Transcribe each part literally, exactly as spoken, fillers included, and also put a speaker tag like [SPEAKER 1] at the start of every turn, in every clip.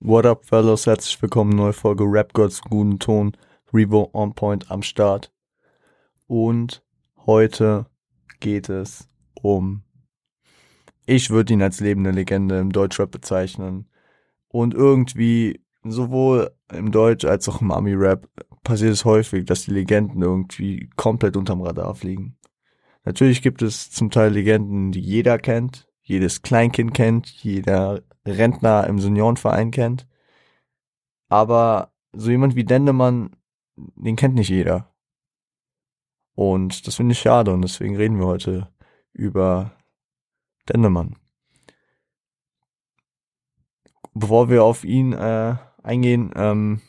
[SPEAKER 1] What up, fellas? Herzlich willkommen, neue Folge Rap Gods, guten Ton, Revo on Point am Start. Und heute geht es um, ich würde ihn als lebende Legende im Deutschrap bezeichnen. Und irgendwie, sowohl im Deutsch als auch im Ami-Rap, passiert es häufig, dass die Legenden irgendwie komplett unterm Radar fliegen. Natürlich gibt es zum Teil Legenden, die jeder kennt, jedes Kleinkind kennt, jeder Rentner im Seniorenverein kennt. Aber so jemand wie Dendemann, den kennt nicht jeder. Und das finde ich schade und deswegen reden wir heute über Dendemann. Bevor wir auf ihn äh, eingehen, ähm,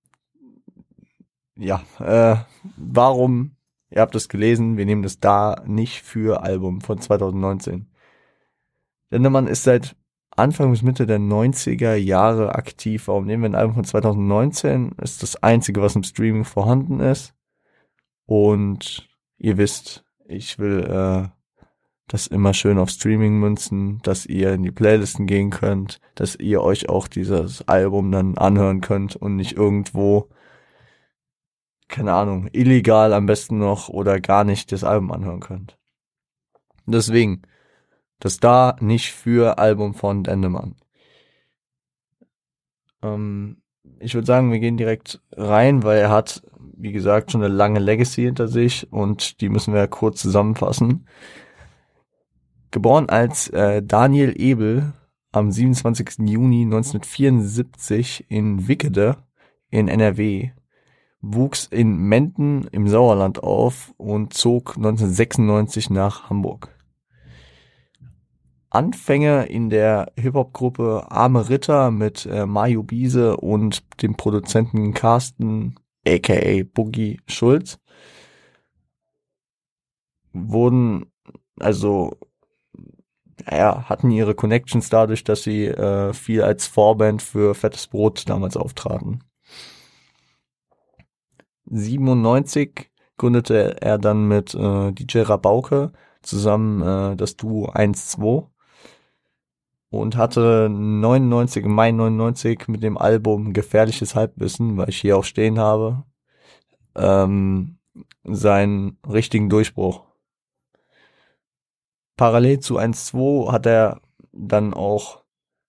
[SPEAKER 1] ja, äh, warum, ihr habt es gelesen, wir nehmen das Da nicht für Album von zwanzig neunzehn. Dendemann ist seit Anfang bis Mitte der neunziger Jahre aktiv. Warum nehmen wir ein Album von zwanzig neunzehn? Ist das einzige, was im Streaming vorhanden ist. Und ihr wisst, ich will äh, das immer schön auf Streaming münzen, dass ihr in die Playlisten gehen könnt, dass ihr euch auch dieses Album dann anhören könnt und nicht irgendwo, keine Ahnung, illegal am besten noch oder gar nicht das Album anhören könnt. Deswegen, das Da nicht für Album von Dendemann. Ähm, ich würde sagen, wir gehen direkt rein, weil er hat, wie gesagt, schon eine lange Legacy hinter sich und die müssen wir kurz zusammenfassen. Geboren als äh, Daniel Ebel am siebenundzwanzigsten Juni neunzehnhundertvierundsiebzig in Wickede in N R W, wuchs in Menden im Sauerland auf und zog neunzehnhundertsechsundneunzig nach Hamburg. Anfänge in der Hip-Hop-Gruppe Arme Ritter mit äh, Mario Biese und dem Produzenten Carsten aka Boogie Schulz wurden, also ja, hatten ihre Connections dadurch, dass sie äh, viel als Vorband für Fettes Brot damals auftraten. siebenundneunzig gründete er dann mit äh, D J Rabauke zusammen äh, das Duo eins zwei und hatte neunundneunzig, im Mai neunundneunzig mit dem Album Gefährliches Halbwissen, weil ich hier auch stehen habe, ähm, seinen richtigen Durchbruch. Parallel zu eins zwei hat er dann auch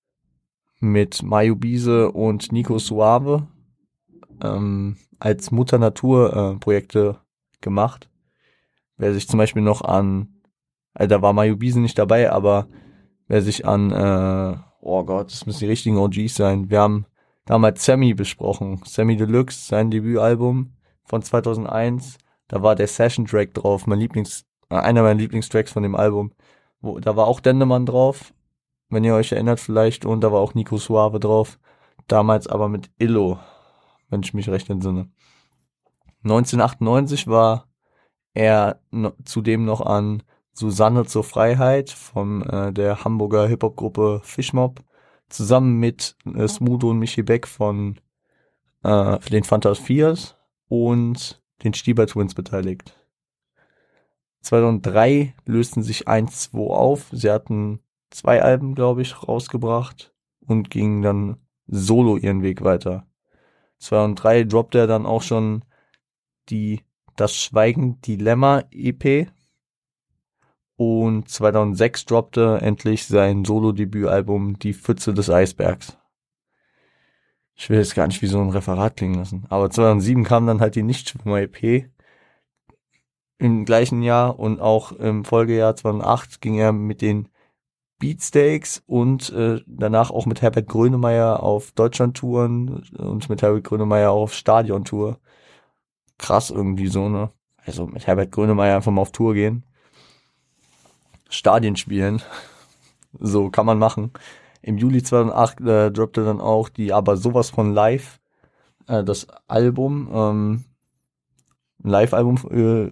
[SPEAKER 1] mit Mayu Biese und Nico Suave ähm, als Mutter Natur äh, Projekte gemacht. Wer sich zum Beispiel noch an, also da war Mayu Biese nicht dabei, aber wer sich an, äh, oh Gott, das müssen die richtigen O Gs sein. Wir haben damals Sammy besprochen, Sammy Deluxe, sein Debütalbum von zweitausendeins. Da war der Session Track drauf, mein Lieblings, äh, einer meiner Lieblingstracks von dem Album. Wo, da war auch Dendemann drauf, wenn ihr euch erinnert vielleicht, und da war auch Nico Suave drauf. Damals aber mit Illo, wenn ich mich recht entsinne. neunzehnhundertachtundneunzig war er no, zudem noch an Susanne zur Freiheit von äh, der Hamburger Hip-Hop-Gruppe Fishmob zusammen mit äh, Smudo und Michi Beck von äh, den Fantastiers und den Stieber Twins beteiligt. zweitausenddrei lösten sich eins zwei auf. Sie hatten zwei Alben, glaube ich, rausgebracht und gingen dann solo ihren Weg weiter. zweitausenddrei droppte er dann auch schon die Das Schweigen Dilemma E P und zweitausendsechs droppte endlich sein Solo-Debütalbum Die Pfütze des Eisbergs. Ich will jetzt gar nicht wie so ein Referat klingen lassen, aber zweitausendsieben kam dann halt die Nichtschwimmer-E P im gleichen Jahr und auch im Folgejahr zweitausendacht ging er mit den Beatsteaks und äh, danach auch mit Herbert Grönemeyer auf Deutschland-Touren und mit Herbert Grönemeyer auch auf Stadion-Tour. Krass irgendwie so, ne? Also mit Herbert Grönemeyer einfach mal auf Tour gehen. Stadien spielen. So kann man machen. Im Juli zweitausendacht äh, droppte dann auch die aber sowas von live äh, das Album, ähm, ein Live-Album äh,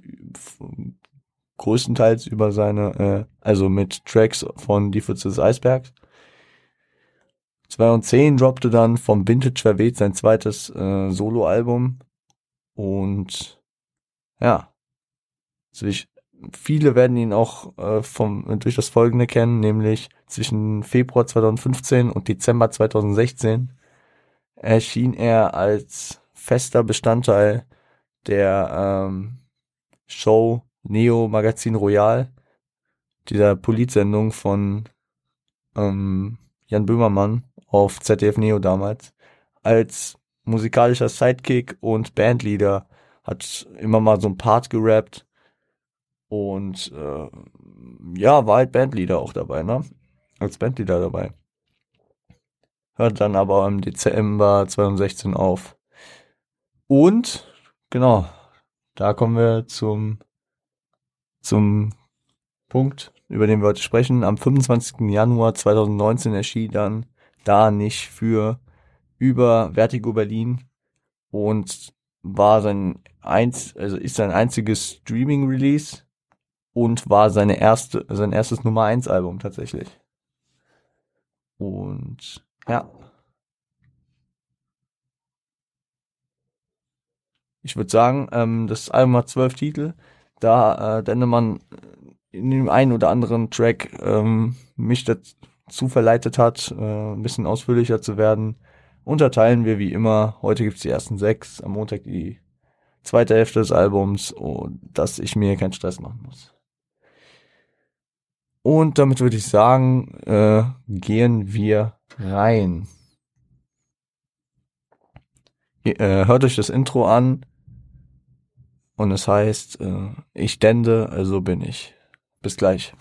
[SPEAKER 1] größtenteils über seine, äh, also mit Tracks von Die Pfütze des Eisbergs. zweitausendzehn droppte dann vom Vintage Verweht sein zweites äh, Solo-Album und ja, also ich viele werden ihn auch äh, vom durch das Folgende kennen, nämlich zwischen Februar zweitausendfünfzehn und Dezember zweitausendsechzehn erschien er als fester Bestandteil der ähm, Show Neo Magazin Royal, dieser Politsendung von ähm, Jan Böhmermann auf Z D F Neo damals, als musikalischer Sidekick und Bandleader, hat immer mal so ein Part gerappt und äh, ja, war halt Bandleader auch dabei, ne? Als Bandleader dabei. Hört dann aber im Dezember zweitausendsechzehn auf. Und, genau, da kommen wir zum, zum Punkt, über den wir heute sprechen. Am fünfundzwanzigsten Januar zweitausendneunzehn erschien dann Da nicht für über Vertigo Berlin und war sein eins, also ist sein einziges Streaming-Release und war seine erste, sein erstes Nummer eins Album tatsächlich. Und ja. Ich würde sagen, ähm, das Album hat zwölf Titel, da äh, Dendemann in dem einen oder anderen Track ähm, mich dazu verleitet hat, äh, ein bisschen ausführlicher zu werden, unterteilen wir wie immer. Heute gibt's die ersten sechs, am Montag die zweite Hälfte des Albums, und dass ich mir keinen Stress machen muss. Und damit würde ich sagen, äh, gehen wir rein. Ihr, äh, hört euch das Intro an und es heißt, äh, ich dende, also bin ich. Bis gleich.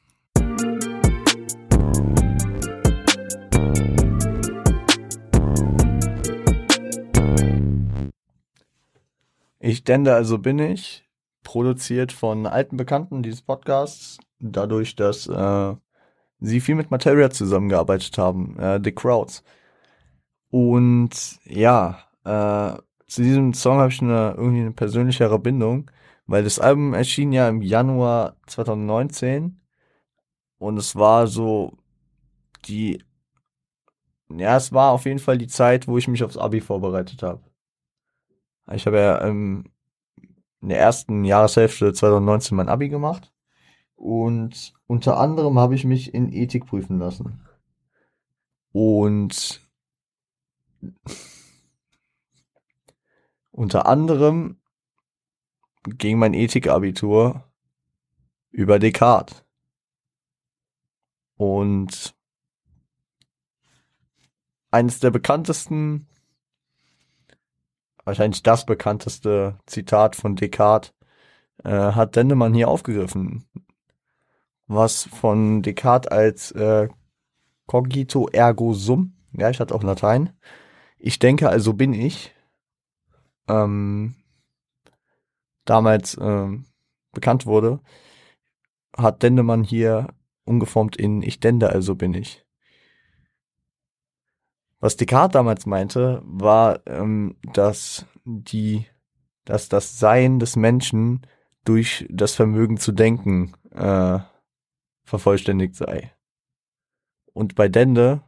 [SPEAKER 1] Ich dende, also bin ich, produziert von alten Bekannten dieses Podcasts, dadurch, dass äh, sie viel mit Materia zusammengearbeitet haben, äh, The Crowds. Und ja, äh, zu diesem Song habe ich eine irgendwie eine persönlichere Bindung, weil das Album erschien ja im Januar zweitausendneunzehn und es war so die, ja, es war auf jeden Fall die Zeit, wo ich mich aufs Abi vorbereitet habe. Ich habe ja ähm, in der ersten Jahreshälfte zweitausendneunzehn mein Abi gemacht und unter anderem habe ich mich in Ethik prüfen lassen. Und unter anderem ging mein Ethikabitur über Descartes. Und eines der bekanntesten, wahrscheinlich das bekannteste Zitat von Descartes äh, hat Dendemann hier aufgegriffen, was von Descartes als äh, cogito ergo sum, ja, ich hatte auch Latein, ich denke, also bin ich, ähm, damals ähm, bekannt wurde, hat Dendemann hier umgeformt in ich dende, also bin ich. Was Descartes damals meinte, war, ähm, dass die, dass das Sein des Menschen durch das Vermögen zu denken äh, vervollständigt sei. Und bei Dende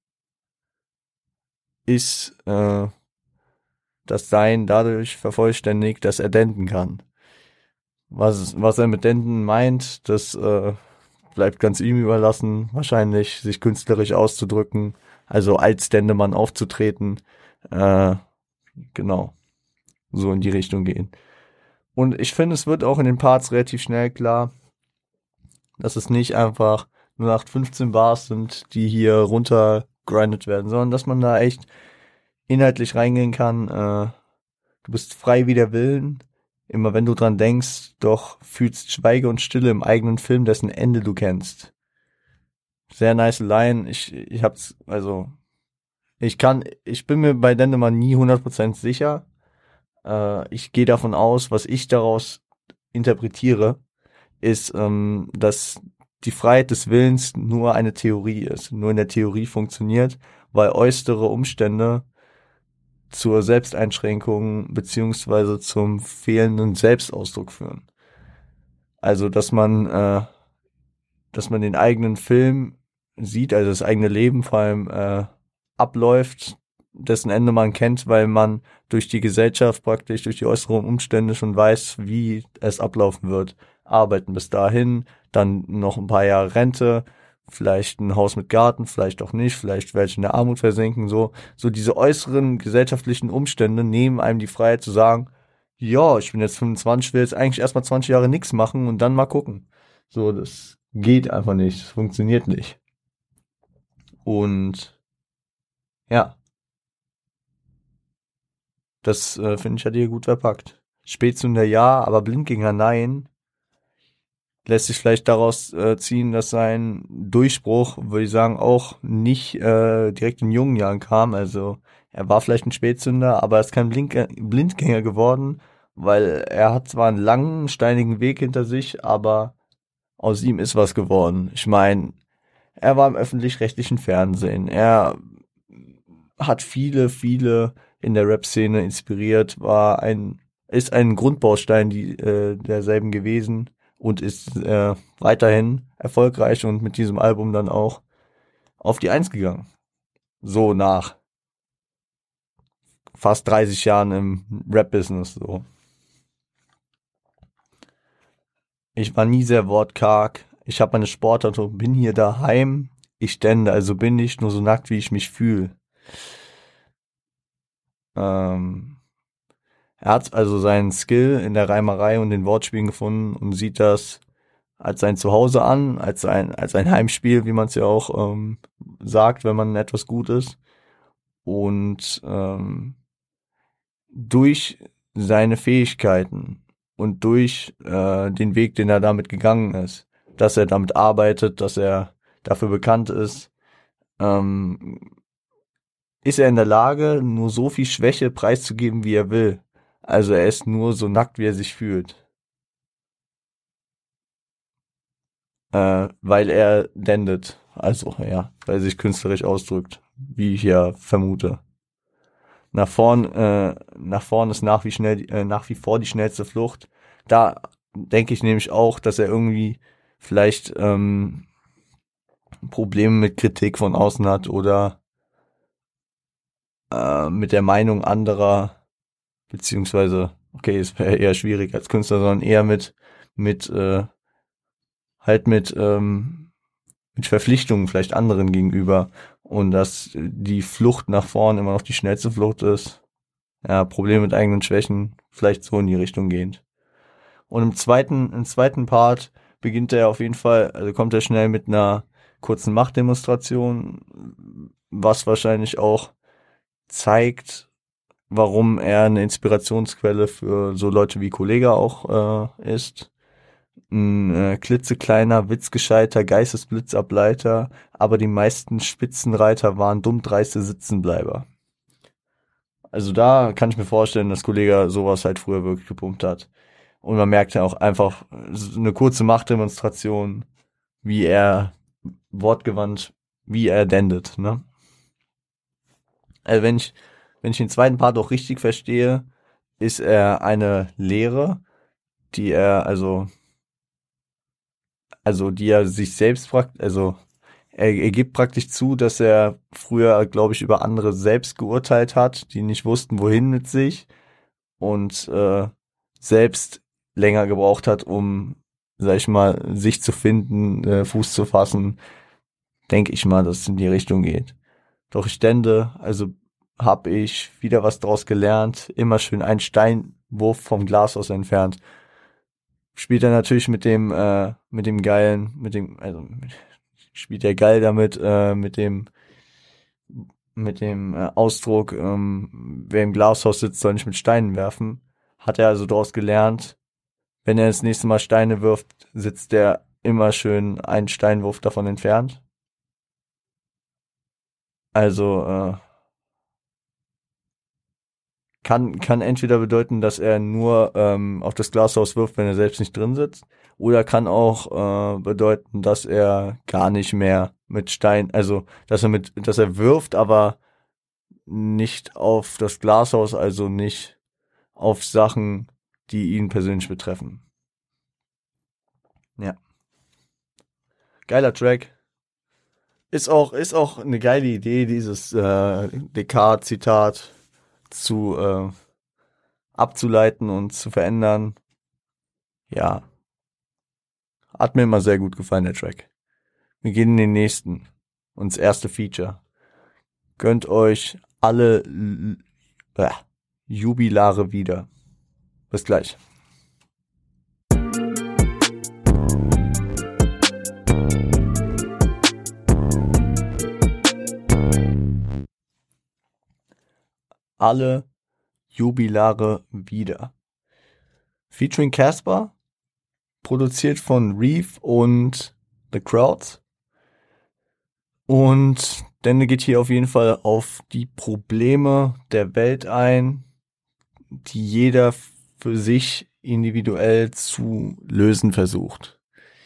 [SPEAKER 1] ist äh, das Sein dadurch vervollständigt, dass er denden kann. Was, was er mit Denden meint, das äh, bleibt ganz ihm überlassen, wahrscheinlich sich künstlerisch auszudrücken, also als Dendemann aufzutreten, äh, genau, so in die Richtung gehen. Und ich finde, es wird auch in den Parts relativ schnell klar, dass es nicht einfach nur nach fünfzehn Bars sind, die hier runtergrindet werden, sondern dass man da echt inhaltlich reingehen kann. Äh, du bist frei wie der Willen, immer wenn du dran denkst, doch fühlst Schweige und Stille im eigenen Film, dessen Ende du kennst. Sehr nice Line. Ich, ich hab's, also, ich kann, ich bin mir bei Dendemann nie hundert Prozent sicher. Äh, ich gehe davon aus, was ich daraus interpretiere, ist, ähm, dass die Freiheit des Willens nur eine Theorie ist, nur in der Theorie funktioniert, weil äußere Umstände zur Selbsteinschränkung beziehungsweise zum fehlenden Selbstausdruck führen. Also, dass man, äh, dass man den eigenen Film sieht, also das eigene Leben vor allem äh, abläuft, dessen Ende man kennt, weil man durch die Gesellschaft praktisch, durch die äußeren Umstände schon weiß, wie es ablaufen wird. arbeiten bis dahin, dann noch ein paar Jahre Rente, vielleicht ein Haus mit Garten, vielleicht auch nicht, vielleicht werde ich in der Armut versinken, so, so diese äußeren gesellschaftlichen Umstände nehmen einem die Freiheit zu sagen, ja, ich bin jetzt fünfundzwanzig, will jetzt eigentlich erstmal zwanzig Jahre nichts machen und dann mal gucken. So, das geht einfach nicht, das funktioniert nicht. Und ja, das äh, finde ich, hat ihr gut verpackt. Spätzünder ja, aber Blindgänger nein. Lässt sich vielleicht daraus äh, ziehen, dass sein Durchbruch, würde ich sagen, auch nicht äh, direkt in jungen Jahren kam. Also er war vielleicht ein Spätzünder, aber er ist kein Blindgänger, Blindgänger geworden, weil er hat zwar einen langen, steinigen Weg hinter sich, aber aus ihm ist was geworden. Ich meine, er war im öffentlich-rechtlichen Fernsehen. Er hat viele, viele in der Rap-Szene inspiriert, war ein, ist ein Grundbaustein die, äh, derselben gewesen und ist äh, weiterhin erfolgreich und mit diesem Album dann auch auf die Eins gegangen. So nach fast dreißig Jahren im Rap-Business, so. Ich war nie sehr wortkarg. Ich habe meine Sportart und bin hier daheim. Ich stände, also bin ich nur so nackt, wie ich mich fühle. Ähm, Er hat also seinen Skill in der Reimerei und den Wortspielen gefunden und sieht das als sein Zuhause an, als ein, als ein Heimspiel, wie man es ja auch ähm, sagt, wenn man etwas gut ist. Und ähm, durch seine Fähigkeiten und durch äh, den Weg, den er damit gegangen ist, dass er damit arbeitet, dass er dafür bekannt ist, ähm, ist er in der Lage, nur so viel Schwäche preiszugeben, wie er will. Also er ist nur so nackt, wie er sich fühlt. Äh, weil er dendet. Also, ja, weil er sich künstlerisch ausdrückt, wie ich ja vermute. Nach vorn, äh, nach vorn ist nach wie schnell, äh, nach wie vor die schnellste Flucht. Da denke ich nämlich auch, dass er irgendwie vielleicht ähm, Probleme mit Kritik von außen hat oder äh, mit der Meinung anderer, beziehungsweise, okay, es wäre eher schwierig als Künstler, sondern eher mit, mit, äh, halt mit, ähm, mit Verpflichtungen vielleicht anderen gegenüber und dass die Flucht nach vorn immer noch die schnellste Flucht ist. Ja, Probleme mit eigenen Schwächen, vielleicht so in die Richtung gehend. Und im zweiten, im zweiten Part beginnt er auf jeden Fall, also kommt er schnell mit einer kurzen Machtdemonstration, was wahrscheinlich auch zeigt, warum er eine Inspirationsquelle für so Leute wie Kollega auch äh, ist. Ein äh, klitzekleiner, witzgescheiter Geistesblitzableiter, aber die meisten Spitzenreiter waren dummdreiste Sitzenbleiber. Also da kann ich mir vorstellen, dass Kollega sowas halt früher wirklich gepumpt hat. Und man merkt ja auch einfach eine kurze Machtdemonstration, wie er wortgewandt, wie er dendet, ne? Also wenn ich, wenn ich den zweiten Part auch richtig verstehe, ist er eine Lehre, die er, also, also die er sich selbst fragt, also er, er gibt praktisch zu, dass er früher, glaube ich, über andere selbst geurteilt hat, die nicht wussten, wohin mit sich und äh, selbst länger gebraucht hat, um, sag ich mal, sich zu finden, äh, Fuß zu fassen, denke ich mal, dass es in die Richtung geht. Doch ich stände, also habe ich wieder was draus gelernt, immer schön einen Steinwurf vom Glashaus entfernt. Spielt er natürlich mit dem, äh, mit dem geilen, mit dem, also spielt er geil damit, äh, mit dem, mit dem äh, Ausdruck, ähm, wer im Glashaus sitzt, soll nicht mit Steinen werfen. Hat er also daraus gelernt, wenn er das nächste Mal Steine wirft, sitzt er immer schön einen Steinwurf davon entfernt. Also äh, kann kann entweder bedeuten, dass er nur ähm, auf das Glashaus wirft, wenn er selbst nicht drin sitzt, oder kann auch äh, bedeuten, dass er gar nicht mehr mit Stein, also dass er mit, dass er wirft, aber nicht auf das Glashaus, also nicht auf Sachen, die ihn persönlich betreffen. Ja, geiler Track. Ist auch, ist auch eine geile Idee, dieses äh, Descartes-Zitat zu äh, abzuleiten und zu verändern. Ja, Hat mir immer sehr gut gefallen, der Track. Wir gehen in den nächsten. Und das erste Feature. Gönnt euch alle L- äh, Jubilare wieder. Bis gleich. Alle Jubilare wieder. Featuring Casper, produziert von Reef und The Crowds. Und Dende geht hier auf jeden Fall auf die Probleme der Welt ein, die jeder für sich individuell zu lösen versucht.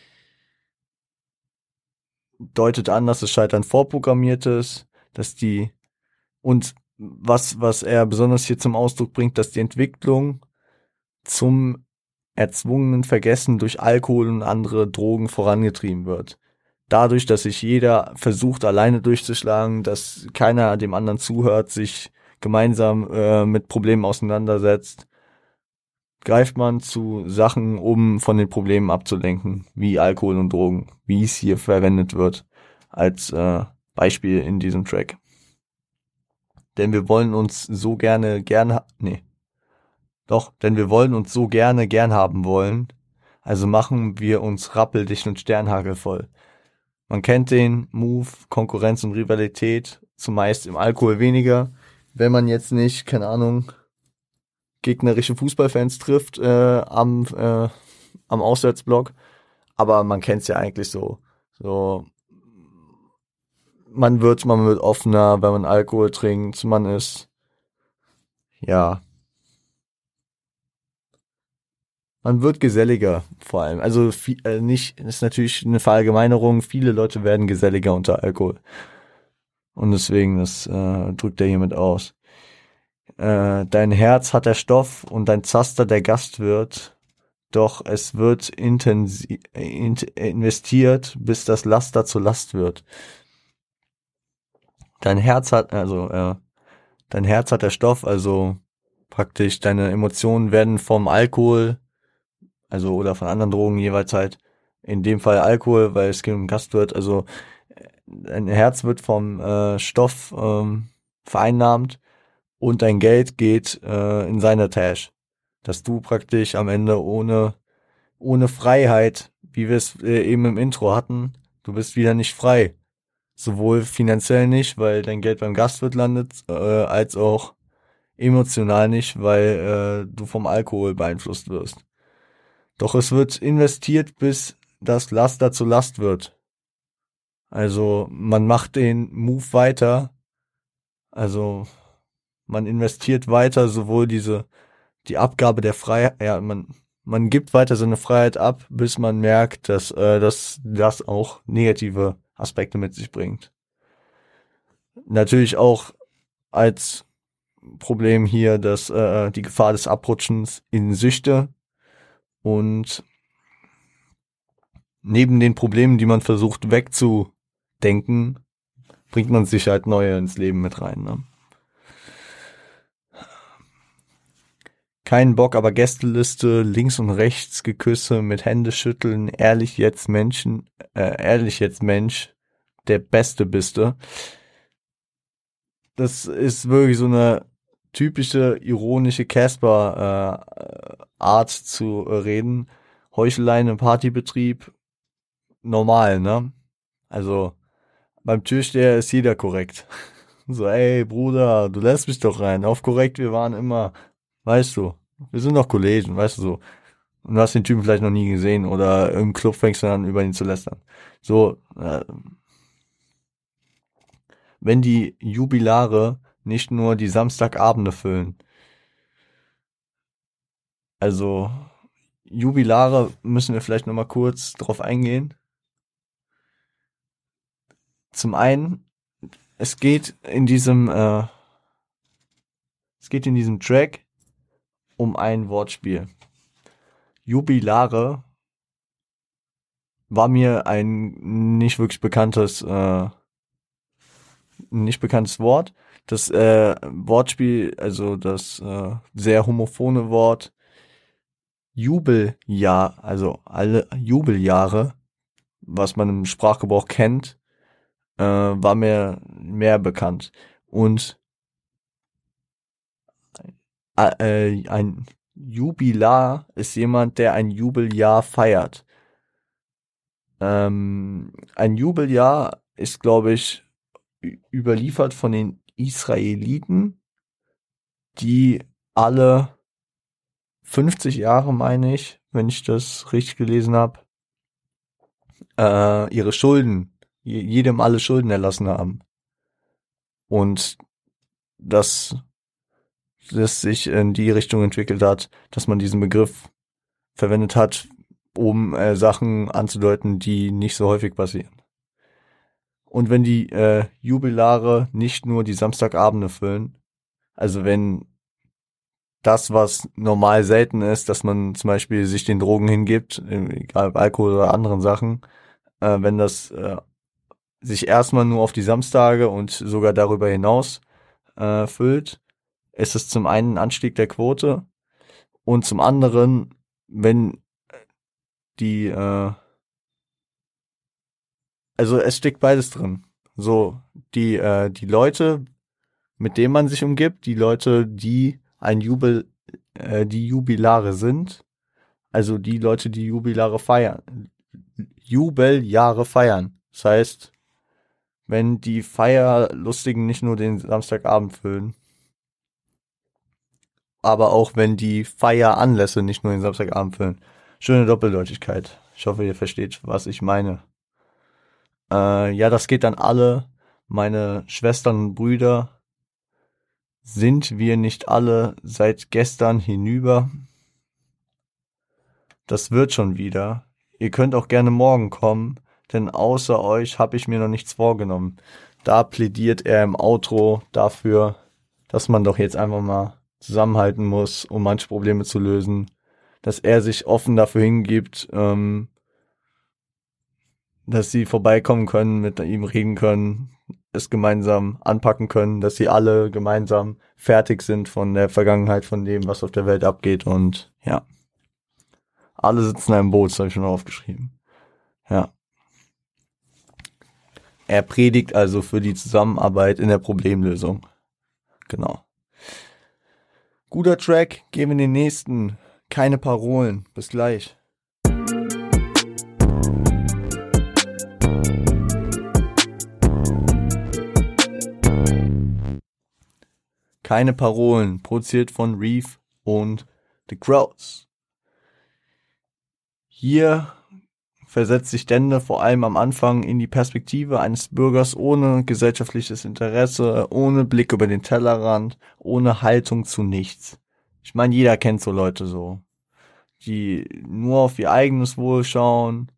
[SPEAKER 1] Deutet an, dass das Scheitern vorprogrammiert ist, dass die und was was er besonders hier zum Ausdruck bringt, dass die Entwicklung zum erzwungenen Vergessen durch Alkohol und andere Drogen vorangetrieben wird. Dadurch, dass sich jeder versucht, alleine durchzuschlagen, dass keiner dem anderen zuhört, sich gemeinsam äh, mit Problemen auseinandersetzt, greift man zu Sachen, um von den Problemen abzulenken, wie Alkohol und Drogen, wie es hier verwendet wird, als äh, Beispiel in diesem Track. Denn wir wollen uns so gerne, gern, ha- nee, doch, denn wir wollen uns so gerne, gern haben wollen, also machen wir uns rappeldicht und sternhagelvoll. Man kennt den Move, Konkurrenz und Rivalität, zumeist im Alkohol weniger. Wenn man jetzt nicht, keine Ahnung, gegnerische Fußballfans trifft äh, am äh, am Auswärtsblock, aber man kennt's ja eigentlich so. So man wird man wird offener, wenn man Alkohol trinkt, man ist ja, man wird geselliger vor allem. Also viel, äh, nicht ist natürlich eine Verallgemeinerung, viele Leute werden geselliger unter Alkohol. Und deswegen das äh, drückt er hiermit aus. Äh, dein Herz hat der Stoff und dein Zaster der Gastwirt. Doch es wird intensi- in- investiert, bis das Laster zur Last wird. Dein Herz hat, also, äh, dein Herz hat der Stoff, also praktisch deine Emotionen werden vom Alkohol, also oder von anderen Drogen jeweils halt, in dem Fall Alkohol, weil es geht um Gastwirt, also dein Herz wird vom äh, Stoff ähm, vereinnahmt und dein Geld geht äh, in seine Tasche. Dass du praktisch am Ende ohne ohne Freiheit, wie wir es äh, eben im Intro hatten, du bist wieder nicht frei. Sowohl finanziell nicht, weil dein Geld beim Gastwirt landet, äh, als auch emotional nicht, weil äh, du vom Alkohol beeinflusst wirst. Doch es wird investiert, bis das Laster zur Last wird. Also man macht den Move weiter, also man investiert weiter, sowohl diese die Abgabe der Freiheit, ja, man man gibt weiter seine Freiheit ab, bis man merkt, dass äh, dass das auch negative Aspekte mit sich bringt. Natürlich auch als Problem hier, dass äh, die Gefahr des Abrutschens in Süchte und neben den Problemen, die man versucht wegzudenken, bringt man sich halt neue ins Leben mit rein. Ne? Keinen Bock, aber Gästeliste, links und rechts Geküsse mit Händeschütteln, ehrlich jetzt Menschen, äh, ehrlich jetzt Mensch, der Beste biste. Das ist wirklich so eine typische ironische Casper äh, Art zu äh, reden. Heucheleien im Partybetrieb, normal, ne? Also beim Türsteher ist jeder korrekt. So, ey Bruder, du lässt mich doch rein. Auf korrekt, wir waren immer, weißt du, wir sind doch Kollegen, weißt du so. Und du hast den Typen vielleicht noch nie gesehen oder im Club fängst du an, über ihn zu lästern. So, äh, wenn die Jubilare nicht nur die Samstagabende füllen. Also, Jubilare müssen wir vielleicht nochmal kurz drauf eingehen. Zum einen, es geht in diesem, äh, es geht in diesem Track um ein Wortspiel. Jubilare war mir ein nicht wirklich bekanntes, äh, nicht bekanntes Wort. Das äh, Wortspiel, also das äh, sehr homophone Wort Jubeljahr, also alle Jubeljahre, was man im Sprachgebrauch kennt, äh, war mir mehr bekannt. Und äh, ein Jubilar ist jemand, der ein Jubeljahr feiert. Ähm, ein Jubeljahr ist, glaube ich, überliefert von den Israeliten, die alle fünfzig Jahre, meine ich, wenn ich das richtig gelesen habe, äh, ihre Schulden, jedem alle Schulden erlassen haben. Und dass das sich in die Richtung entwickelt hat, dass man diesen Begriff verwendet hat, um äh, Sachen anzudeuten, die nicht so häufig passieren. Und wenn die äh, Jubilare nicht nur die Samstagabende füllen, also wenn das, was normal selten ist, dass man zum Beispiel sich den Drogen hingibt, egal ob Alkohol oder anderen Sachen, äh, wenn das äh, sich erstmal nur auf die Samstage und sogar darüber hinaus äh, füllt, ist es zum einen ein Anstieg der Quote und zum anderen, wenn die, äh, also es steckt beides drin. So, die, äh, die Leute, mit denen man sich umgibt, die Leute, die ein Jubel, äh, die Jubilare sind, also die Leute, die Jubilare feiern, Jubeljahre feiern. Das heißt, wenn die Feierlustigen nicht nur den Samstagabend füllen, aber auch wenn die Feieranlässe nicht nur den Samstagabend füllen. Schöne Doppeldeutigkeit. Ich hoffe, ihr versteht, was ich meine. Äh, ja, das geht an alle. Meine Schwestern und Brüder. Sind wir nicht alle seit gestern hinüber? Das wird schon wieder. Ihr könnt auch gerne morgen kommen, denn außer euch habe ich mir noch nichts vorgenommen. Da plädiert er im Outro dafür, dass man doch jetzt einfach mal zusammenhalten muss, um manche Probleme zu lösen. Dass er sich offen dafür hingibt, ähm, dass sie vorbeikommen können, mit ihm reden können, es gemeinsam anpacken können, dass sie alle gemeinsam fertig sind von der Vergangenheit, von dem, was auf der Welt abgeht und ja. Alle sitzen in einem Boot, das habe ich schon aufgeschrieben. Ja. Er predigt also für die Zusammenarbeit in der Problemlösung. Genau. Guter Track, gehen wir in den nächsten. Keine Parolen. Bis gleich. Keine Parolen, produziert von Reef und The Crowds. Hier versetzt sich Dende vor allem am Anfang in die Perspektive eines Bürgers ohne gesellschaftliches Interesse, ohne Blick über den Tellerrand, ohne Haltung zu nichts. Ich meine, jeder kennt so Leute so, die nur auf ihr eigenes Wohl schauen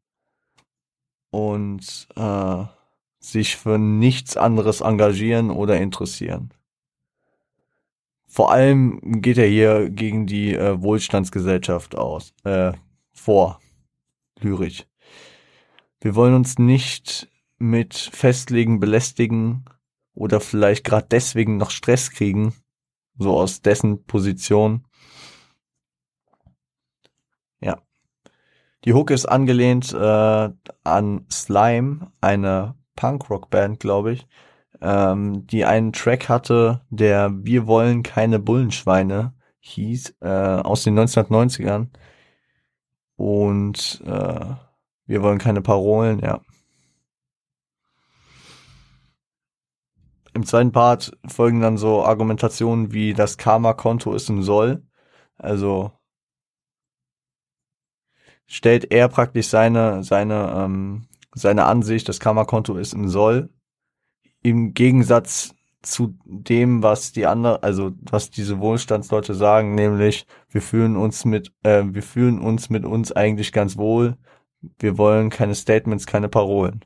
[SPEAKER 1] und äh, sich für nichts anderes engagieren oder interessieren. Vor allem geht er hier gegen die äh, Wohlstandsgesellschaft aus, äh, vor, lyrisch. Wir wollen uns nicht mit Festlegen belästigen oder vielleicht gerade deswegen noch Stress kriegen, so aus dessen Position. Ja. Die Hook ist angelehnt äh, an Slime, eine Punkrock-Band, glaube ich, ähm, die einen Track hatte, der Wir wollen keine Bullenschweine hieß, äh, aus den neunzehnhundertneunzigern. Und äh, wir wollen keine Parolen, ja. Im zweiten Part folgen dann so Argumentationen wie das Karma-Konto ist im Soll. Also stellt er praktisch seine seine ähm, seine Ansicht, das Karma-Konto ist im Soll, im Gegensatz zu dem, was die andere, also was diese Wohlstandsleute sagen, nämlich wir fühlen uns mit äh, wir fühlen uns mit uns eigentlich ganz wohl. Wir wollen keine Statements, keine Parolen.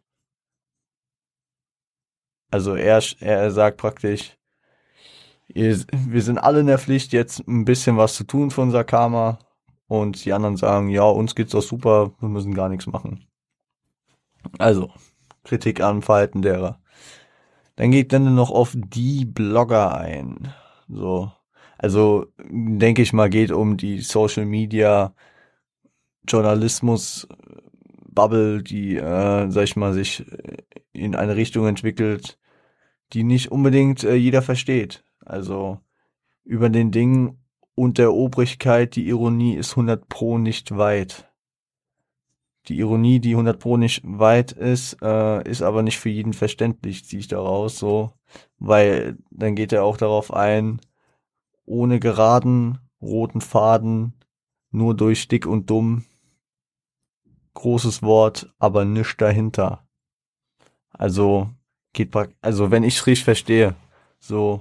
[SPEAKER 1] Also er er sagt praktisch, ihr, wir sind alle in der Pflicht, jetzt ein bisschen was zu tun für unser Karma. Und die anderen sagen, ja, uns geht's doch super, wir müssen gar nichts machen. Also, Kritik am Verhalten derer. Dann geht dann noch auf die Blogger ein. So, also denke ich mal, geht um die Social Media Journalismus-Bubble, die, äh, sag ich mal, sich in eine Richtung entwickelt, die nicht unbedingt äh, jeder versteht. Also über den Dingen und der Obrigkeit, die Ironie ist hundert Pro nicht weit. Die Ironie, die hundert Pro nicht weit ist, äh, ist aber nicht für jeden verständlich, ziehe ich daraus so, weil dann geht er auch darauf ein, ohne geraden roten Faden, nur durch dick und dumm, großes Wort, aber nichts dahinter. Also geht prak- also wenn ich richtig verstehe, so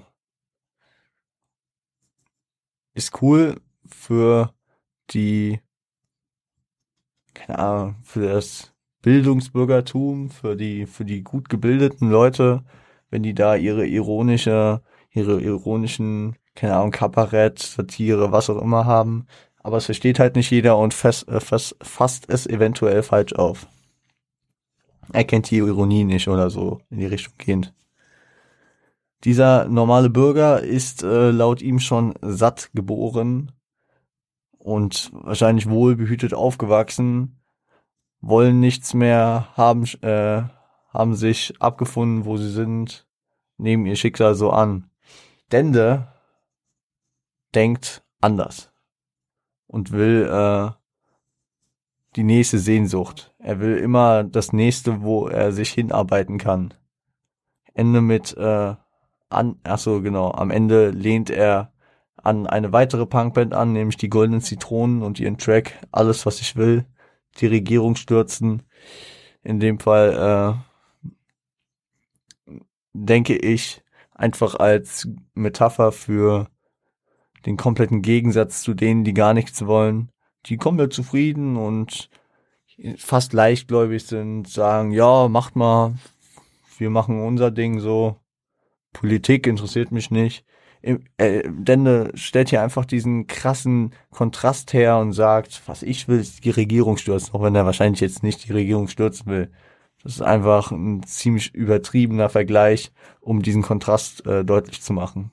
[SPEAKER 1] ist cool für die, keine Ahnung, für das Bildungsbürgertum, für die, für die gut gebildeten Leute, wenn die da ihre ironische, ihre ironischen, keine Ahnung, Kabarett, Satire, was auch immer haben. Aber es versteht halt nicht jeder und fas, äh, fas, fasst es eventuell falsch auf. Er kennt die Ironie nicht oder so in die Richtung gehend. Dieser normale Bürger ist äh, laut ihm schon satt geboren und wahrscheinlich wohlbehütet aufgewachsen, wollen nichts mehr, haben, äh, haben sich abgefunden, wo sie sind, nehmen ihr Schicksal so an. Dende denkt anders und will äh, die nächste Sehnsucht. Er will immer das nächste, wo er sich hinarbeiten kann. Ende mit äh, an, ach so genau, am Ende lehnt er an eine weitere Punkband an, nämlich die Goldenen Zitronen und ihren Track Alles, was ich will, die Regierung stürzen. In dem Fall äh, denke ich einfach als Metapher für den kompletten Gegensatz zu denen, die gar nichts wollen. Die komplett zufrieden und fast leichtgläubig sind, sagen, ja, macht mal, wir machen unser Ding so. Politik interessiert mich nicht. Äh, Dende stellt hier einfach diesen krassen Kontrast her und sagt, was ich will, ist die Regierung stürzen, auch wenn er wahrscheinlich jetzt nicht die Regierung stürzen will. Das ist einfach ein ziemlich übertriebener Vergleich, um diesen Kontrast äh, deutlich zu machen.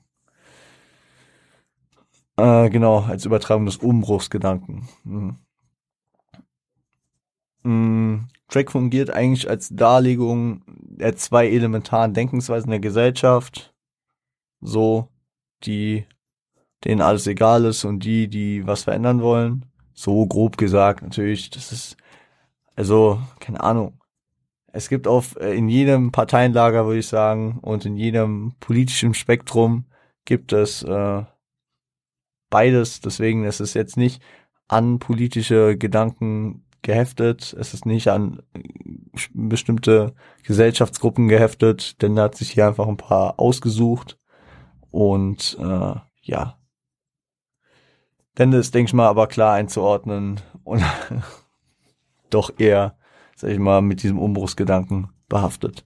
[SPEAKER 1] Äh, genau, als Übertragung des Umbruchsgedanken. Mhm. Mhm. Track fungiert eigentlich als Darlegung der zwei elementaren Denkensweisen der Gesellschaft. So, die, denen alles egal ist und die, die was verändern wollen. So grob gesagt, natürlich, das ist, also, keine Ahnung. Es gibt auf, in jedem Parteienlager, würde ich sagen, und in jedem politischen Spektrum gibt es äh, beides. Deswegen ist es jetzt nicht an politische Gedanken geheftet. Es ist nicht an bestimmte Gesellschaftsgruppen geheftet, denn da hat sich hier einfach ein paar ausgesucht. Und äh, ja, Dende ist, denke ich mal, aber klar einzuordnen und doch eher, sag ich mal, mit diesem Umbruchsgedanken behaftet.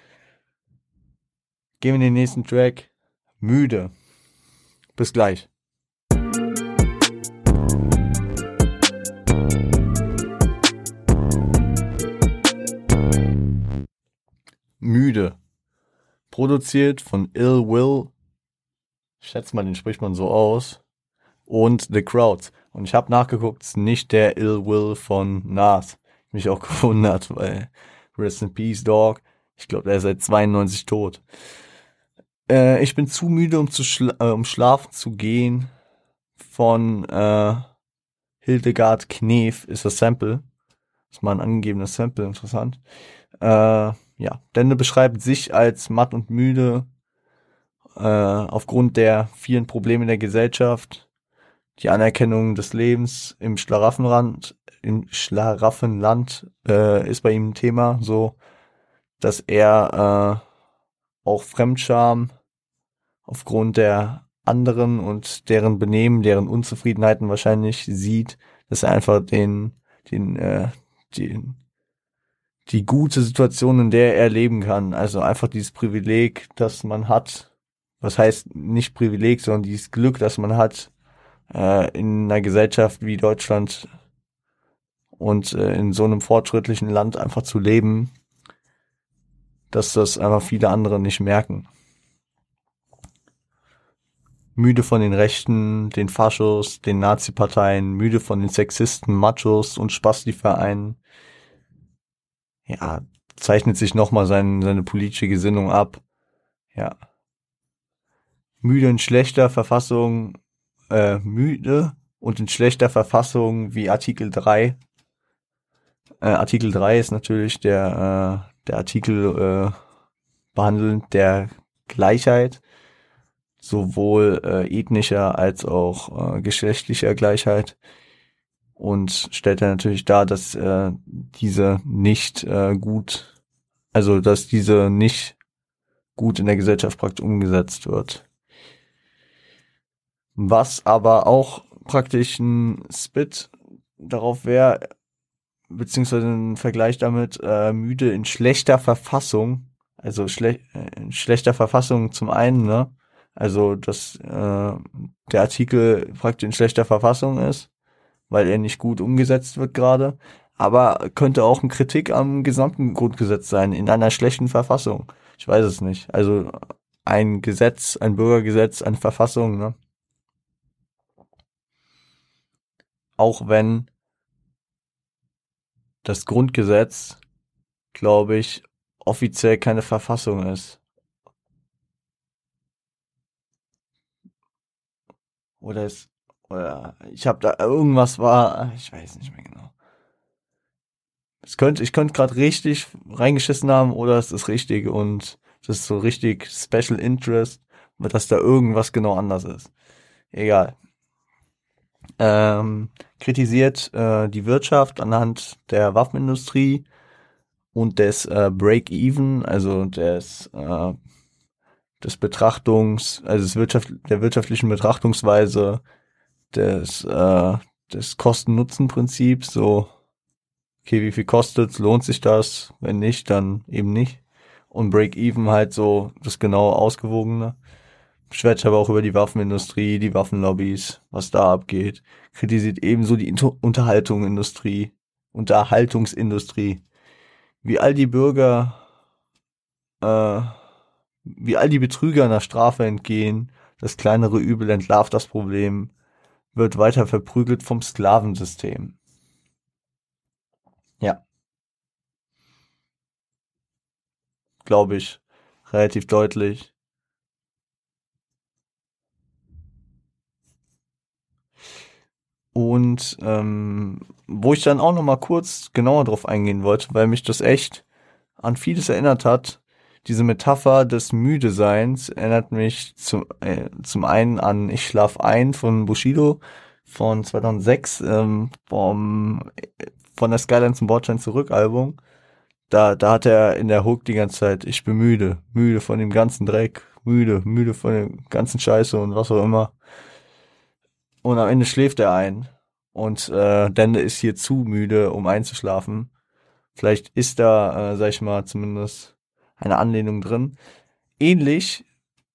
[SPEAKER 1] Gehen wir in den nächsten Track. Müde. Bis gleich. Müde. Produziert von Ill Will. Ich schätze mal, den spricht man so aus. Und The Crowds. Und ich habe nachgeguckt, es ist nicht der Ill Will von Nas. Mich auch gewundert, weil Rest in Peace, Dog. Ich glaube, er ist seit zweiundneunzig tot. Äh, ich bin zu müde, um zu schla- äh, um schlafen zu gehen. Von äh, Hildegard Knef ist das Sample. Das ist mal ein angegebenes Sample, interessant. Äh, ja, Dende beschreibt sich als matt und müde äh, aufgrund der vielen Probleme der Gesellschaft. Die Anerkennung des Lebens im Schlaraffenland, im Schlaraffenland äh, ist bei ihm ein Thema, so dass er äh, auch Fremdscham aufgrund der anderen und deren Benehmen, deren Unzufriedenheiten wahrscheinlich sieht, dass er einfach den, den, äh, den, die gute Situation, in der er leben kann, also einfach dieses Privileg, das man hat, was heißt nicht Privileg, sondern dieses Glück, das man hat, äh, in einer Gesellschaft wie Deutschland und äh, in so einem fortschrittlichen Land einfach zu leben, dass das einfach viele andere nicht merken. müde von den Rechten, den Faschos, den Nazi-Parteien, müde von den Sexisten, Machos und Spasti-Vereinen. Ja, zeichnet sich nochmal sein, seine politische Gesinnung ab. Ja. Müde in schlechter Verfassung, äh, müde und in schlechter Verfassung wie Artikel drei. Äh, Artikel drei ist natürlich der, äh, der Artikel äh, behandelnd der Gleichheit, sowohl äh, ethnischer als auch äh, geschlechtlicher Gleichheit, und stellt dann natürlich dar, dass äh, diese nicht äh, gut, also dass diese nicht gut in der Gesellschaft praktisch umgesetzt wird. Was aber auch praktisch ein Spit darauf wäre, beziehungsweise ein Vergleich damit, äh, müde in schlechter Verfassung, also schle äh, in schlechter Verfassung zum einen, ne? Also, dass äh, der Artikel praktisch in schlechter Verfassung ist, weil er nicht gut umgesetzt wird gerade, aber könnte auch eine Kritik am gesamten Grundgesetz sein, in einer schlechten Verfassung. Ich weiß es nicht. Also ein Gesetz, ein Bürgergesetz, eine Verfassung, ne? Auch wenn das Grundgesetz, glaube ich, offiziell keine Verfassung ist. Oder ist, oder ich habe da irgendwas war, ich weiß nicht mehr genau. Es könnte, ich könnte gerade richtig reingeschissen haben oder es ist richtig und das ist so richtig Special Interest, dass da irgendwas genau anders ist. Egal. Ähm, kritisiert äh, die Wirtschaft anhand der Waffenindustrie und des äh, Break-Even, also des äh, des Betrachtungs, also des Wirtschaft, der wirtschaftlichen Betrachtungsweise des äh, des Kosten-Nutzen-Prinzips, so okay, wie viel kostet, lohnt sich das? Wenn nicht, dann eben nicht. Und Break-Even halt so das genaue Ausgewogene. Beschwert sich aber auch über die Waffenindustrie, die Waffenlobbys, was da abgeht. Kritisiert ebenso die Inter- Unterhaltungsindustrie, Unterhaltungsindustrie, wie all die Bürger, äh, wie all die Betrüger einer Strafe entgehen. Das kleinere Übel entlarvt das Problem, wird weiter verprügelt vom Sklavensystem. Ja, glaube ich, relativ deutlich. Und ähm, wo ich dann auch noch mal kurz genauer drauf eingehen wollte, weil mich das echt an vieles erinnert hat. Diese Metapher des Müdeseins erinnert mich zum, äh, zum einen an Ich schlaf ein von Bushido von zweitausendsechs, ähm, vom, von der Skyline zum Bordstein zurück Album. Da, da hat er in der Hook die ganze Zeit, ich bin müde, müde von dem ganzen Dreck, müde, müde von dem ganzen Scheiße und was auch immer. Und am Ende schläft er ein. Und äh, Dende ist hier zu müde, um einzuschlafen. Vielleicht ist da, äh, sag ich mal, zumindest eine Anlehnung drin. Ähnlich,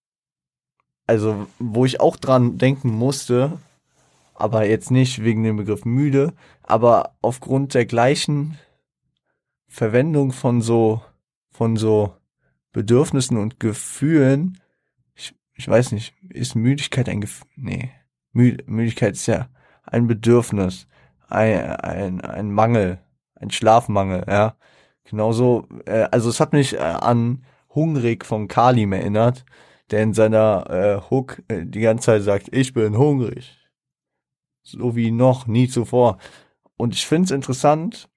[SPEAKER 1] also wo ich auch dran denken musste, aber jetzt nicht wegen dem Begriff müde, aber aufgrund der gleichen Verwendung von so, von so Bedürfnissen und Gefühlen. Ich, ich weiß nicht, ist Müdigkeit ein Gefühl? Nee. Mü Müdigkeit ist ja ein Bedürfnis, ein, ein, ein Mangel, ein Schlafmangel, ja. Genauso, äh, also es hat mich äh, an Hungrig von Kalim erinnert, der in seiner äh, Hook äh, die ganze Zeit sagt, ich bin hungrig. So wie noch nie zuvor. Und ich finde es interessant,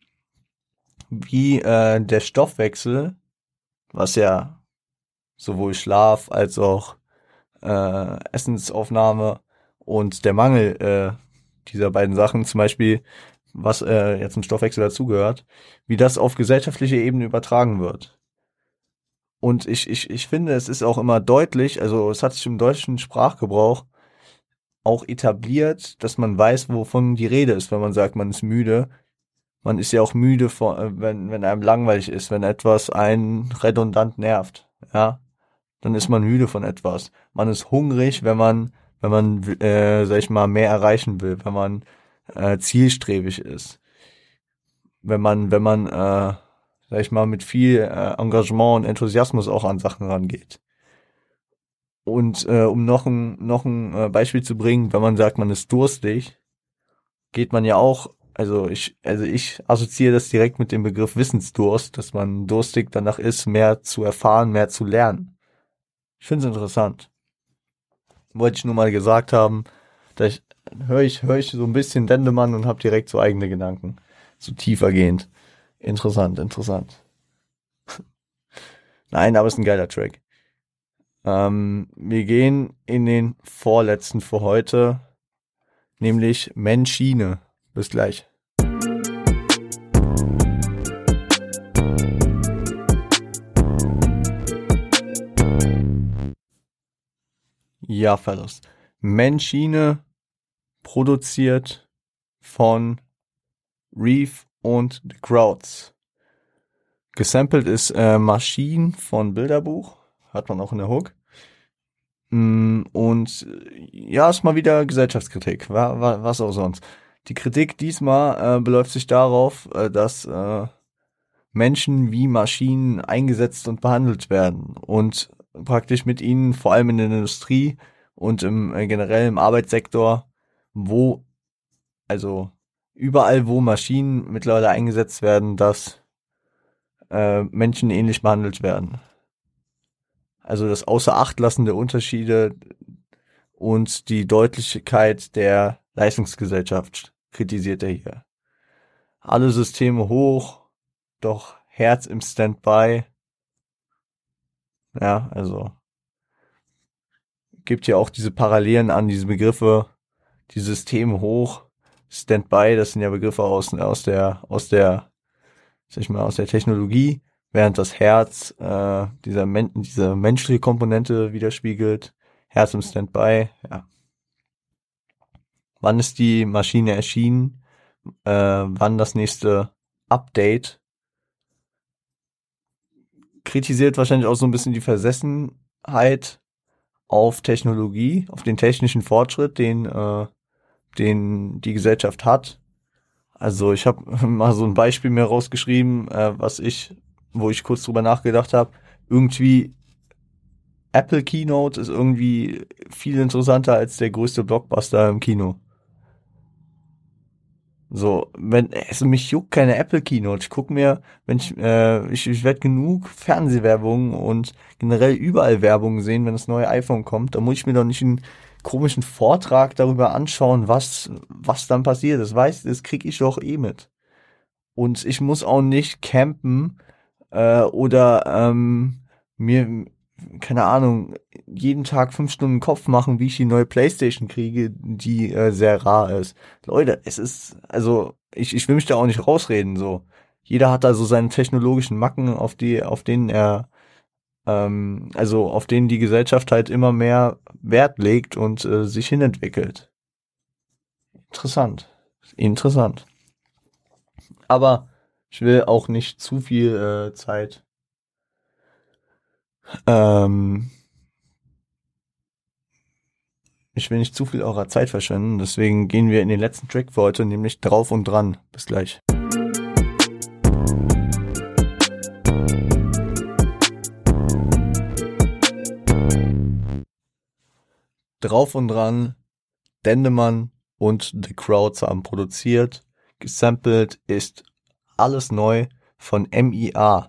[SPEAKER 1] wie äh, der Stoffwechsel, was ja sowohl Schlaf als auch äh, Essensaufnahme und der Mangel äh, dieser beiden Sachen, zum Beispiel, was äh, jetzt im Stoffwechsel dazugehört, wie das auf gesellschaftliche Ebene übertragen wird. Und ich, ich, ich finde, es ist auch immer deutlich, also es hat sich im deutschen Sprachgebrauch auch etabliert, dass man weiß, wovon die Rede ist, wenn man sagt, man ist müde. Man ist ja auch müde, von, äh, wenn, wenn einem langweilig ist, wenn etwas einen redundant nervt. Ja, dann ist man müde von etwas. Man ist hungrig, wenn man, wenn man, äh, sag ich mal, mehr erreichen will, wenn man äh, zielstrebig ist, wenn man, wenn man, äh, sag ich mal, mit viel äh, Engagement und Enthusiasmus auch an Sachen rangeht. Und äh, um noch ein, noch ein äh, Beispiel zu bringen, wenn man sagt, man ist durstig, geht man ja auch, also ich, also ich assoziiere das direkt mit dem Begriff Wissensdurst, dass man durstig danach ist, mehr zu erfahren, mehr zu lernen. Ich finde es interessant. Wollte ich nur mal gesagt haben, da ich, höre ich, höre ich so ein bisschen Dendemann und habe direkt so eigene Gedanken. So tiefergehend. Interessant, interessant. Nein, aber es ist ein geiler Track. Ähm, wir gehen in den vorletzten für heute, nämlich Menschine. Bis gleich. Ja, Fellas. Menschine produziert von Reef und The Crowds. Gesampelt ist äh, Maschinen von Bilderbuch. Hat man auch in der Hook. Mm, Und äh, ja, ist mal wieder Gesellschaftskritik. Wa, wa, was auch sonst. Die Kritik diesmal äh, beläuft sich darauf, äh, dass äh, Menschen wie Maschinen eingesetzt und behandelt werden und praktisch mit ihnen, vor allem in der Industrie und im äh, generell im Arbeitssektor, wo, also überall, wo Maschinen mittlerweile eingesetzt werden, dass äh, Menschen ähnlich behandelt werden. Also das Außerachtlassen der Unterschiede und die Deutlichkeit der Leistungsgesellschaft kritisiert er hier. Alle Systeme hoch, doch Herz im Standby. Ja, also gibt ja auch diese Parallelen an diese Begriffe, die Systeme hoch, Standby, das sind ja Begriffe aus, aus der, aus der, sag ich mal, aus der Technologie, während das Herz äh, dieser Men diese menschliche Komponente widerspiegelt. Herz im Standby, ja. Wann ist die Maschine erschienen? Äh, wann das nächste Update? Kritisiert wahrscheinlich auch so ein bisschen die Versessenheit auf Technologie, auf den technischen Fortschritt, den äh, den die Gesellschaft hat. Also ich habe mal so ein Beispiel mir rausgeschrieben, äh, was ich, wo ich kurz drüber nachgedacht habe. Irgendwie Apple Keynote ist irgendwie viel interessanter als der größte Blockbuster im Kino. So, wenn, also mich juckt keine Apple Keynote. Ich guck mir, wenn ich, äh, ich, ich werde genug Fernsehwerbung und generell überall Werbung sehen, wenn das neue iPhone kommt. Da muss ich mir doch nicht einen komischen Vortrag darüber anschauen, was, was dann passiert. Das weiß, das krieg ich doch eh mit. Und ich muss auch nicht campen, äh, oder, ähm, mir, keine Ahnung, jeden Tag fünf Stunden Kopf machen, wie ich die neue PlayStation kriege, die äh, sehr rar ist. Leute, es ist, also ich, ich will mich da auch nicht rausreden, so. Jeder hat da so seine technologischen Macken, auf die, auf denen er, ähm, also auf denen die Gesellschaft halt immer mehr Wert legt und äh, sich hinentwickelt. Interessant. Interessant. Aber ich will auch nicht zu viel äh, Zeit ähm, Ich will nicht zu viel eurer Zeit verschwenden, deswegen gehen wir in den letzten Track für heute, nämlich Drauf und Dran. Bis gleich. Drauf und Dran, Dendemann und The Crowds haben produziert. Gesampelt ist Alles Neu von M I A.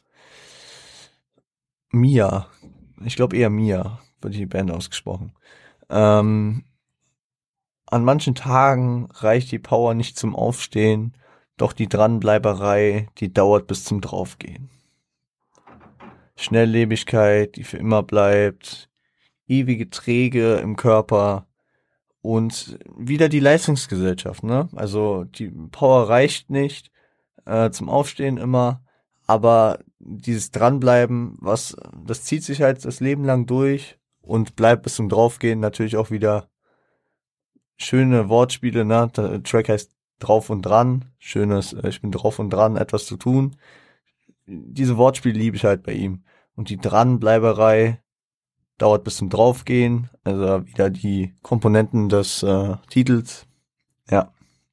[SPEAKER 1] Mia. Ich glaube eher Mia, wird die Band ausgesprochen. Ähm, An manchen Tagen reicht die Power nicht zum Aufstehen, doch die Dranbleiberei, die dauert bis zum Draufgehen. Schnelllebigkeit, die für immer bleibt, ewige Träge im Körper und wieder die Leistungsgesellschaft, ne? Also die Power reicht nicht äh, zum Aufstehen immer, aber dieses Dranbleiben, was das zieht sich halt das Leben lang durch und bleibt bis zum Draufgehen natürlich auch wieder schöne Wortspiele, ne? Der Track heißt Drauf und Dran, schönes, äh, ich bin drauf und dran, etwas zu tun. Diese Wortspiele liebe ich halt bei ihm. Und die Dranbleiberei dauert bis zum Draufgehen, also wieder die Komponenten des äh, Titels. Ja.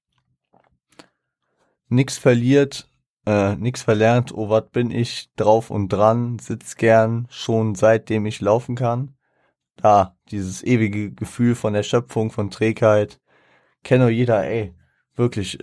[SPEAKER 1] Nix verliert, äh, nix verlernt, oh wat bin ich drauf und dran, sitz gern, schon seitdem ich laufen kann. Da, dieses ewige Gefühl von Erschöpfung, von Trägheit. Kennt doch jeder, ey. Wirklich.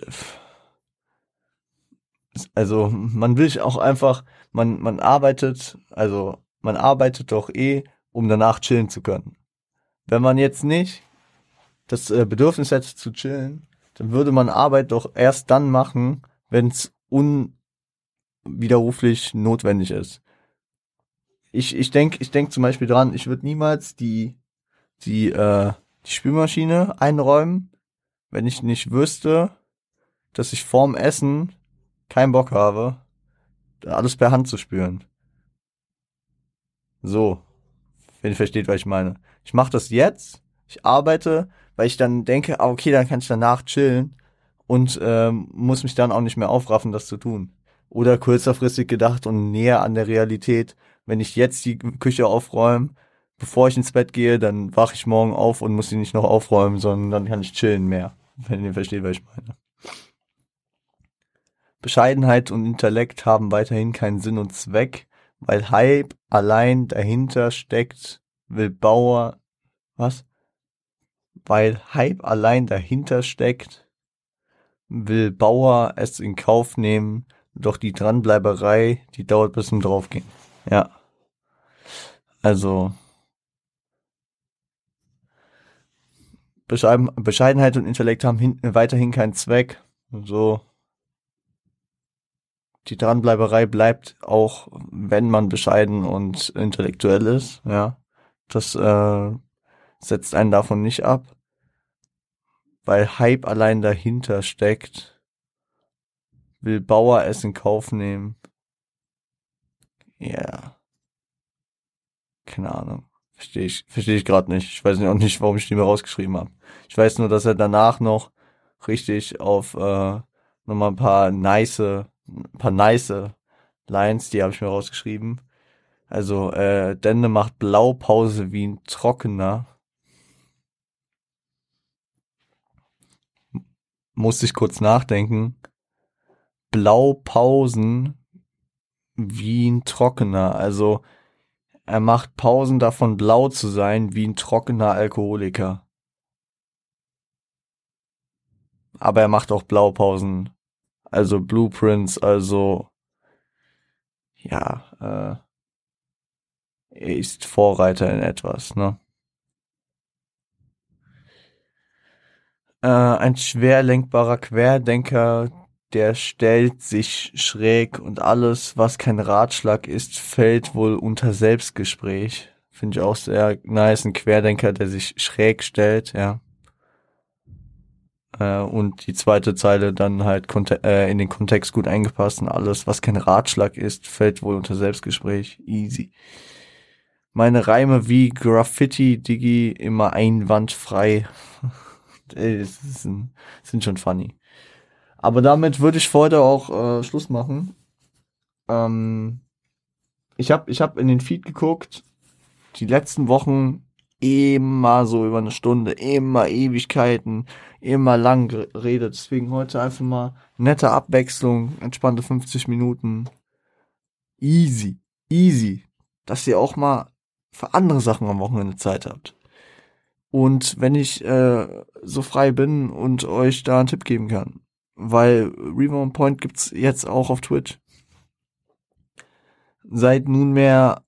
[SPEAKER 1] Also, man will sich auch einfach, man, man arbeitet, also, man arbeitet doch eh, um danach chillen zu können. Wenn man jetzt nicht das äh, Bedürfnis hätte zu chillen, dann würde man Arbeit doch erst dann machen, wenn es unwiderruflich notwendig ist. Ich, ich denke ich denk zum Beispiel dran, ich würde niemals die, die, äh, die Spülmaschine einräumen, wenn ich nicht wüsste, dass ich vorm Essen keinen Bock habe, alles per Hand zu spülen. So, wenn ihr versteht, was ich meine. Ich mache das jetzt, ich arbeite, weil ich dann denke, ah, okay, dann kann ich danach chillen und ähm, muss mich dann auch nicht mehr aufraffen, das zu tun. Oder kurzerfristig gedacht und näher an der Realität, wenn ich jetzt die Küche aufräume, bevor ich ins Bett gehe, dann wache ich morgen auf und muss sie nicht noch aufräumen, sondern dann kann ich chillen mehr, wenn ihr versteht, was ich meine. Bescheidenheit und Intellekt haben weiterhin keinen Sinn und Zweck, weil Hype allein dahinter steckt, will Bauer, was? Weil Hype allein dahinter steckt, will Bauer es in Kauf nehmen, doch die Dranbleiberei, die dauert bis zum Draufgehen. Ja, also Bescheiden, Bescheidenheit und Intellekt haben hin, weiterhin keinen Zweck. So, die Dranbleiberei bleibt auch, wenn man bescheiden und intellektuell ist. Ja, das äh, setzt einen davon nicht ab, weil Hype allein dahinter steckt, will Bauer es in Kauf nehmen. Ja, yeah. Keine Ahnung. Verstehe ich, verstehe ich gerade nicht. Ich weiß auch nicht, warum ich die mir rausgeschrieben habe. Ich weiß nur, dass er danach noch richtig auf äh, nochmal ein paar nice, ein paar nice Lines, die habe ich mir rausgeschrieben. Also, äh, Dende macht Blaupause wie ein Trockener. Musste ich kurz nachdenken. Blaupausen wie ein Trockener. Also, er macht Pausen davon, blau zu sein, wie ein trockener Alkoholiker. Aber er macht auch Blaupausen. Also Blueprints, also ja, äh, er ist Vorreiter in etwas, ne? Äh, ein schwer lenkbarer Querdenker, der stellt sich schräg und alles, was kein Ratschlag ist, fällt wohl unter Selbstgespräch. Finde ich auch sehr nice, ein Querdenker, der sich schräg stellt, ja. Äh, und die zweite Zeile dann halt konte- äh, in den Kontext gut eingepasst und alles, was kein Ratschlag ist, fällt wohl unter Selbstgespräch. Easy. Meine Reime wie Graffiti, Digi, immer einwandfrei. Ey, das ist ein, sind schon funny. Aber damit würde ich für heute auch äh, Schluss machen. Ähm, ich habe ich hab in den Feed geguckt, die letzten Wochen immer so über eine Stunde, immer Ewigkeiten, immer lang geredet. Deswegen heute einfach mal nette Abwechslung, entspannte fünfzig Minuten. Easy, easy. Dass ihr auch mal für andere Sachen am Wochenende Zeit habt. Und wenn ich äh, so frei bin und euch da einen Tipp geben kann. Weil Rebound Point gibt's jetzt auch auf Twitch. Seit nunmehr,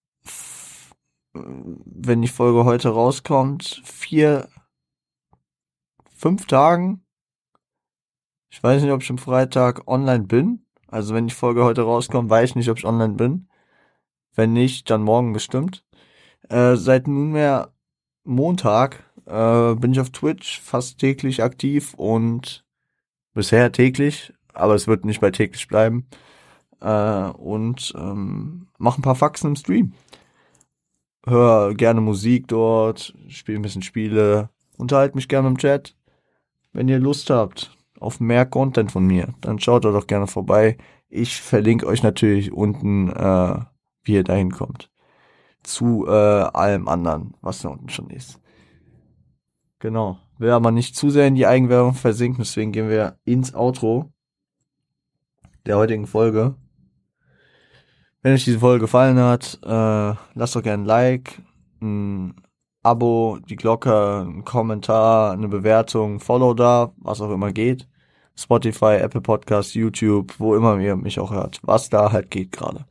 [SPEAKER 1] wenn die Folge heute rauskommt, vier, fünf Tagen. Ich weiß nicht, ob ich am Freitag online bin. Also wenn die Folge heute rauskommt, weiß ich nicht, ob ich online bin. Wenn nicht, dann morgen bestimmt. Äh, seit nunmehr Montag äh, bin ich auf Twitch fast täglich aktiv und bisher täglich, aber es wird nicht bei täglich bleiben. Äh, und ähm, mache ein paar Faxen im Stream. Hör gerne Musik dort, spiele ein bisschen Spiele, unterhalte mich gerne im Chat. Wenn ihr Lust habt auf mehr Content von mir, dann schaut da doch gerne vorbei. Ich verlinke euch natürlich unten, äh, wie ihr dahin kommt. Zu äh, allem anderen, was da unten schon ist. Genau. Will aber nicht zu sehr in die Eigenwerbung versinken, deswegen gehen wir ins Outro der heutigen Folge. Wenn euch diese Folge gefallen hat, äh, lasst doch gerne ein Like, ein Abo, die Glocke, ein Kommentar, eine Bewertung, Follow da, was auch immer geht. Spotify, Apple Podcasts, YouTube, wo immer ihr mich auch hört. Was da halt geht gerade.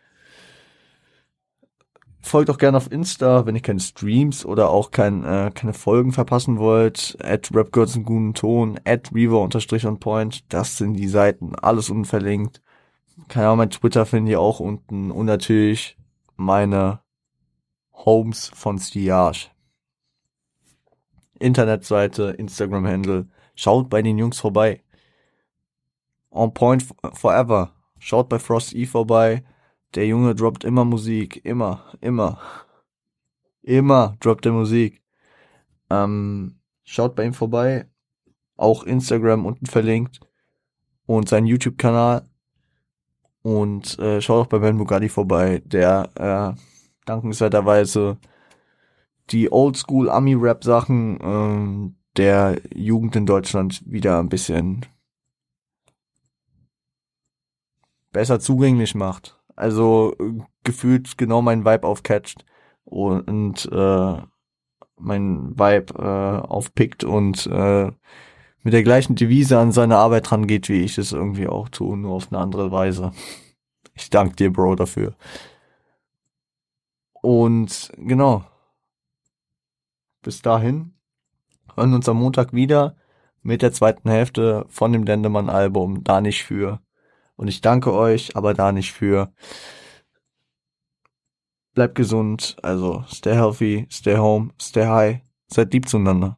[SPEAKER 1] Folgt auch gerne auf Insta, wenn ihr keine Streams oder auch kein, äh, keine Folgen verpassen wollt. At rapgirls einen guten Ton, at reaver unterstrich on point. Das sind die Seiten, alles unverlinkt. Keine Ahnung, mein Twitter findet ihr auch unten. Und natürlich meine Homes von Stiage. Internetseite, Instagram-Handle. Schaut bei den Jungs vorbei. On Point Forever. Schaut bei Frost E vorbei. Der Junge droppt immer Musik. Immer, immer. Immer droppt er Musik. Ähm, schaut bei ihm vorbei. Auch Instagram unten verlinkt. Und sein YouTube-Kanal. Und äh, schaut auch bei Ben Bugatti vorbei, der äh, dankenswerterweise die Oldschool-Ami-Rap-Sachen ähm, der Jugend in Deutschland wieder ein bisschen besser zugänglich macht. Also äh, gefühlt genau meinen Vibe aufcatcht und äh, mein Vibe äh, aufpickt und äh, mit der gleichen Devise an seine Arbeit rangeht, wie ich es irgendwie auch tue, nur auf eine andere Weise. Ich danke dir, Bro, dafür. Und genau, bis dahin hören wir uns am Montag wieder mit der zweiten Hälfte von dem Dendemann-Album Da nicht für. Und ich danke euch, aber da nicht für. Bleibt gesund, also stay healthy, stay home, stay high, seid lieb zueinander.